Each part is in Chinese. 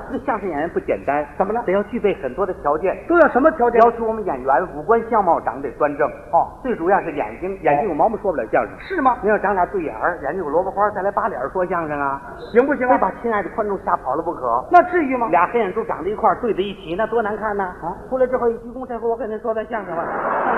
这相声演员不简单， 怎么了？ 得要具备很多的条件。 都要什么条件？ 要求我们演员五官相貌长得端正。 哦， 最主要是眼睛，眼睛有毛病说不了相声。 是吗？ 您要长俩对眼儿，眼睛有萝卜花，再来扒脸说相声啊？ 行不行啊？ 非把亲爱的观众吓跑了不可。 那至于吗？ 俩黑眼珠长在一块儿对在一起，那多难看呢！啊，出来之后一鞠躬，这回我跟您说段相声吧。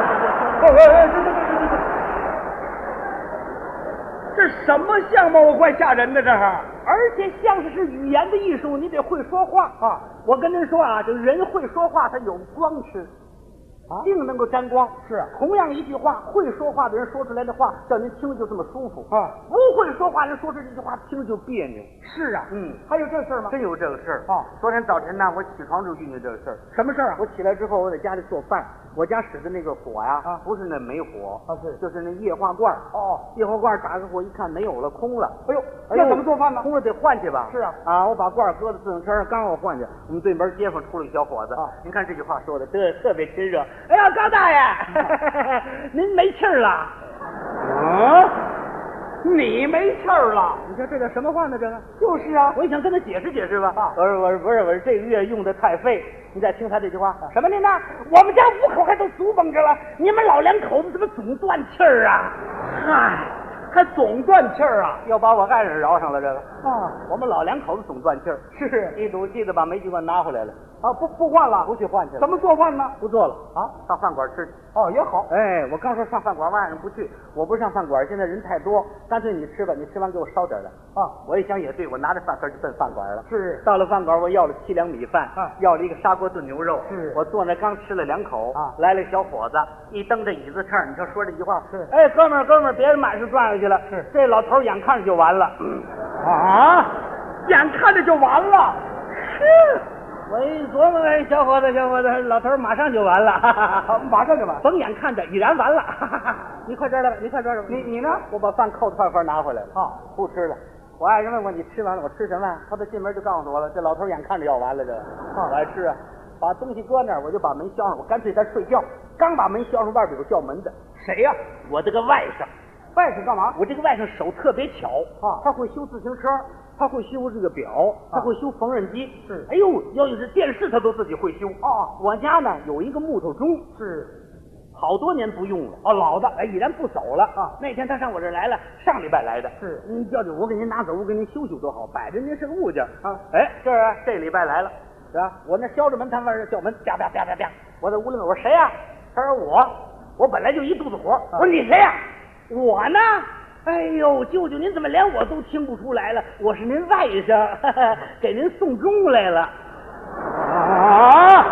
这什么相貌？我怪吓人的，这是。 而且相声是语言的艺术，你得会说话啊！ 我跟您说啊，这人会说话，他有光吃。定能够沾光。 是啊， 同样一句话，会说话的人说出来的话，叫您听着就这么舒服啊； 不会说话人说出这句话，听着就别扭。 是啊，还有这事儿吗？ 真有这个事儿啊！ 昨天早晨呢，我起床就遇见这个事儿。 什么事儿啊？ 我起来之后，我在家里做饭，我家使的那个火呀，不是那煤火啊，是， 就是那液化罐。 哦， 液化罐打开火一看没有了，空了。 哎呦，那怎么做饭呢？ 空了得换去吧？ 是啊， 我把罐搁在自行车上，刚要换去，我们对门街坊出了一小伙子啊。 您看这句话说的，这特别亲热。哎呀，高大爷，您没气儿了？ 啊？你没气儿了？ 你说这叫什么话呢？这个就是啊， 我也想跟他解释解释吧。 啊， 我说这个月用的太费。你再听他这句话，什么您呢？我们家5口还都祖蹦着了，你们老两口子怎么总断气儿啊？ 嗨，还总断气儿啊？ 要把我爱人饶上了这个啊！ 我们老两口子总断气儿， 是一赌气的把煤气罐拿回来了。 啊，不换了， 不去换去了。 怎么做饭呢？ 不做了啊，上饭馆吃去。 哦，也好。 哎，我刚说上饭馆，晚上不去，我不上饭馆，现在人太多，干脆你吃吧，你吃完给我烧点的。 啊， 我一想也对，我拿着饭盒就奔饭馆了。 是， 到了饭馆，我要了7两米饭，要了一个砂锅炖牛肉。 是， 我坐那刚吃了2口，来了个小伙子，一蹬这椅子秤，你瞧说这句话， 是， 哎，哥们儿，别人满是转下去了， 是， 这老头眼看着就完了。 啊，眼看着就完了。 是。我一琢磨，哎，小伙子，老头马上就完了， 马上就完， 甭眼看着，已然完了。你快这来吧，你快这来吧。 你呢？ 我把饭扣饭盒拿回来了。 啊， 不吃了。我爱人问我你吃完了，我吃什么？他都进门就告诉我了，这老头眼看着要完了，这我爱吃啊。把东西搁那儿，我就把门销上，我干脆在睡觉。刚把门销上，外边有叫门的， 谁呀？ 我这个外甥。 外甥干嘛？ 我这个外甥手特别巧啊， 他会修自行车。他会修这个表，他会修缝纫机。 是， 哎呦，要是电视他都自己会修。我家呢有一个木头钟， 是， 好多年不用了。 老的， 已然不走了啊。 那天他上我这儿来了，上礼拜来的。 是， 叫我给您拿走，我给您修修多好，摆着您是个物件啊。 哎，这礼拜来了，是吧？我那敲着门，他外边叫门，啪啪啪啪啪。我在屋里面，我说谁呀？他说我本来就一肚子火。我说你谁呀？我呢？哎呦，舅舅，您怎么连我都听不出来了？我是您外甥，给您送终来了。 啊！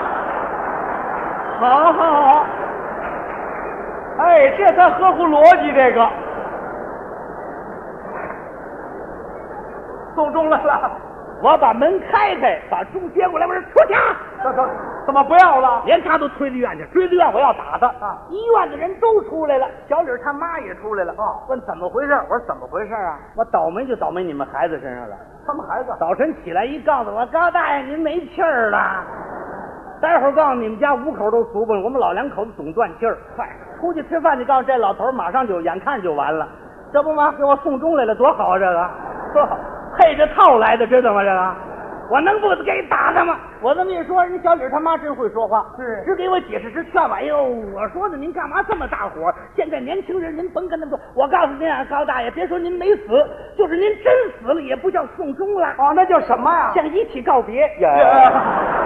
好，哎，这才合乎逻辑。这个送终来了， 我把门开，把钟接过来，我说出去。 怎么不要了？ 连他都推医院去，追医院我要打他啊！ 医院的人都出来了，小李他妈也出来了啊！ 问怎么回事？我说怎么回事啊？我倒霉就倒霉你们孩子身上了。 他们孩子早晨起来一告诉我，高大爷您没气儿了，待会儿告诉你们家5口都祖蹦，我们老两口子总断气儿。 嗨， 出去吃饭就告诉这老头马上就眼看就完了，这不嘛给我送终来了，多好啊！这个多好，配着套来的，知道吗？这个。我能不给打他吗？我这么一说，人小李他妈真会说话， 是只给我解释，只劝我。哎呦，我说的您干嘛这么大火？现在年轻人您甭跟他们说。我告诉您啊，高大爷，别说您没死，就是您真死了，也不叫送终了。 那叫什么呀？ 向遗体告别。